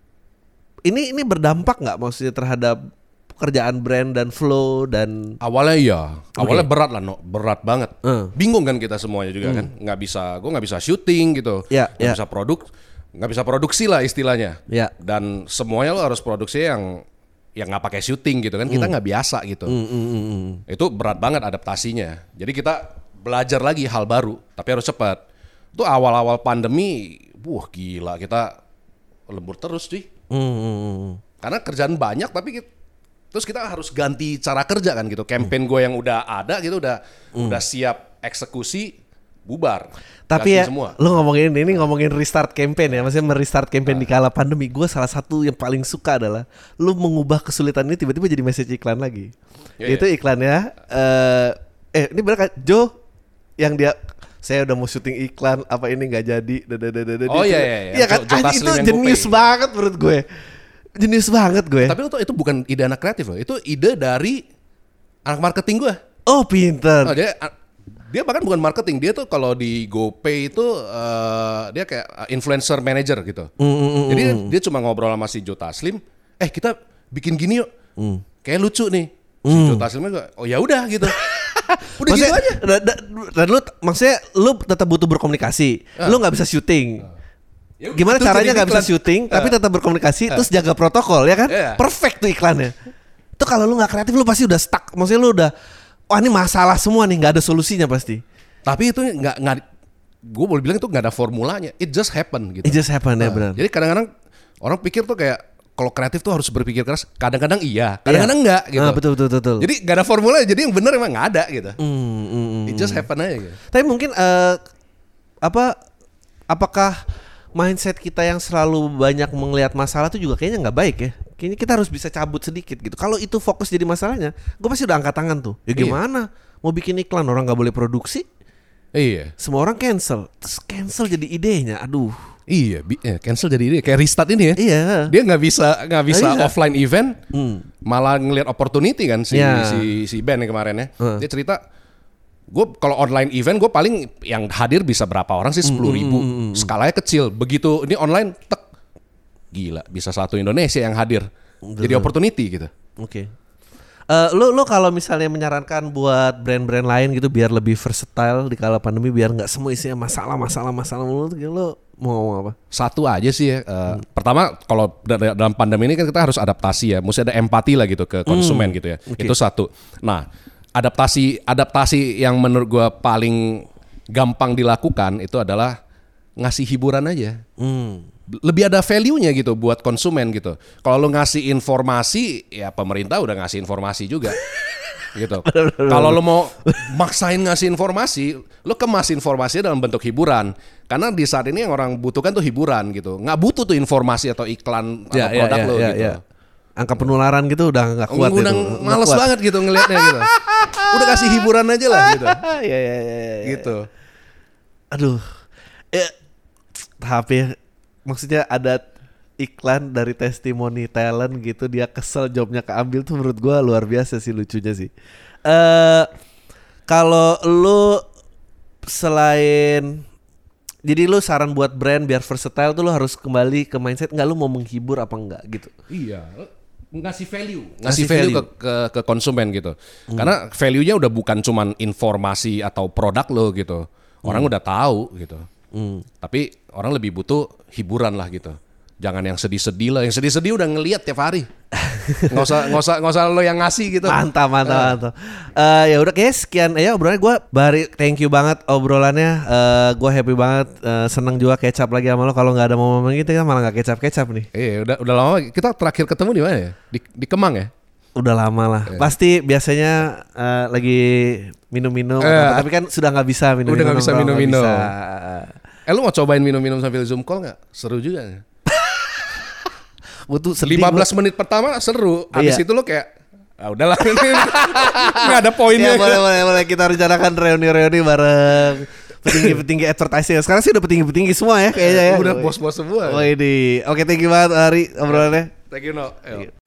ini berdampak nggak maksudnya terhadap pekerjaan brand dan flow dan
awalnya iya, awalnya berat lah, berat banget. Bingung kan kita semuanya juga kan, gue nggak bisa syuting gitu, nggak bisa produksi lah istilahnya. Dan semuanya lo harus produksi yang nggak pakai syuting gitu kan, kita nggak biasa gitu. Itu berat banget adaptasinya. Jadi kita belajar lagi hal baru, tapi harus cepat. Itu awal-awal pandemi, gila kita lembur terus sih. Karena kerjaan banyak tapi terus kita harus ganti cara kerja kan gitu. Campaign gue yang udah ada gitu udah siap eksekusi bubar.
Tapi ya
semua.
Lu ngomongin restart campaign ya, maksudnya merestart campaign di kala pandemi. Gue salah satu yang paling suka adalah lu mengubah kesulitan ini tiba-tiba jadi message iklan lagi. Itu iklannya ini bener kan Joe yang dia saya udah mau syuting iklan apa ini nggak jadi. Iya kan itu jenius banget menurut gue. Jenius banget gue.
Tapi itu bukan ide anak kreatif loh. Itu ide dari anak marketing gue.
Oh pinter.
Dia bahkan bukan marketing. Dia tuh kalau di GoPay itu dia kayak influencer manager gitu. Jadi dia cuma ngobrol sama si Joe Taslim. Kita bikin gini yuk. Kayak lucu nih. Si Joe Taslimnya oh ya udah gitu. Udah maksudnya, gitu aja.
Dan lu maksudnya lu tetap butuh berkomunikasi. Lu nggak bisa syuting. Gimana caranya nggak bisa syuting tapi tetap berkomunikasi terus jaga protokol ya kan? Perfect tuh iklannya. Itu kalau lu nggak kreatif lu pasti udah stuck. Maksudnya lu udah ini masalah semua nih, nggak ada solusinya pasti.
Tapi itu nggak gue boleh bilang itu nggak ada formulanya. It just happen gitu.
It just happen ya benar.
Jadi kadang-kadang orang pikir tuh kayak kalau kreatif tuh harus berpikir keras. Kadang-kadang iya, kadang-kadang enggak gitu.
Betul.
Jadi nggak ada formula. Jadi yang benar emang nggak ada gitu. It just happen aja gitu.
Tapi mungkin apakah mindset kita yang selalu banyak melihat masalah itu juga kayaknya nggak baik ya. Kayaknya kita harus bisa cabut sedikit gitu. Kalau itu fokus jadi masalahnya, gue pasti udah angkat tangan tuh. Ya gimana? Mau bikin iklan orang nggak boleh produksi?
Iya.
Semua orang cancel. Terus cancel jadi idenya. Aduh.
Iya, cancel jadi ide kayak restart ini ya.
Iya.
Dia nggak bisa offline event, malah ngelihat opportunity kan si Ben yang kemarin ya. Dia cerita, gue kalau online event gue paling yang hadir bisa berapa orang sih 10.000. Skalanya kecil. Begitu ini online, gila bisa satu Indonesia yang hadir. Jadi opportunity gitu.
Oke. Lo kalau misalnya menyarankan buat brand-brand lain gitu biar lebih versatile di kala pandemi biar nggak semua isinya masalah mulu, lo mau ngomong apa?
Satu aja sih ya. Pertama kalau dalam pandemi ini kan kita harus adaptasi ya. Mesti ada empati lah gitu ke konsumen gitu ya. Itu satu. Nah adaptasi yang menurut gue paling gampang dilakukan itu adalah ngasih hiburan aja. Lebih ada value-nya gitu buat konsumen gitu. Kalau lu ngasih informasi, ya pemerintah udah ngasih informasi juga. Gitu. Kalau lu mau maksain ngasih informasi, lu kemas informasinya dalam bentuk hiburan. Karena di saat ini yang orang butuhkan tuh hiburan gitu. Nggak butuh tuh informasi atau iklan atau produk lo gitu.
Angka penularan gitu udah nggak kuat.
Udah males banget gitu ngelihatnya gitu. Udah kasih hiburan aja lah gitu. Gitu.
Aduh. Tapi maksudnya ada iklan dari testimoni talent gitu, dia kesel jobnya keambil tuh menurut gue luar biasa sih lucunya sih. Kalau lu selain jadi lu saran buat brand biar versatile tuh lu harus kembali ke mindset nggak lu mau menghibur apa enggak gitu.
Iya. Ngasih value ke konsumen gitu. Karena value-nya udah bukan cuman informasi atau produk lo gitu. Orang udah tahu gitu. Tapi orang lebih butuh hiburan lah gitu. Jangan yang sedih-sedih lah. Yang sedih-sedih udah ngelihat tiap hari. Nggak usah lo yang ngasih gitu.
Mantap. Ya udah kayak sekian ya obrolannya. Gue thank you banget obrolannya. Gue happy banget. Seneng juga catch up lagi sama lo. Kalau nggak ada momen gitu kita malah nggak catch up nih.
Iya udah lama. Kita terakhir ketemu di mana ya? Di Kemang ya?
Udah lama lah. Pasti biasanya lagi minum-minum. Tapi kan sudah nggak bisa minum-minum.
Udah nggak bisa minum-minum. Lu mau cobain minum-minum sambil Zoom call nggak? Seru juga.
Butuh
15 menit pertama seru. Habis itu lo kayak udahlah nggak ada poinnya.
Ya, boleh kita rencanakan reuni bareng petinggi advertising. Sekarang sih udah petinggi semua ya kayaknya ya.
Udah bos-bos semua.
Oke, thank you banget Ari obrolannya.
Thank you No.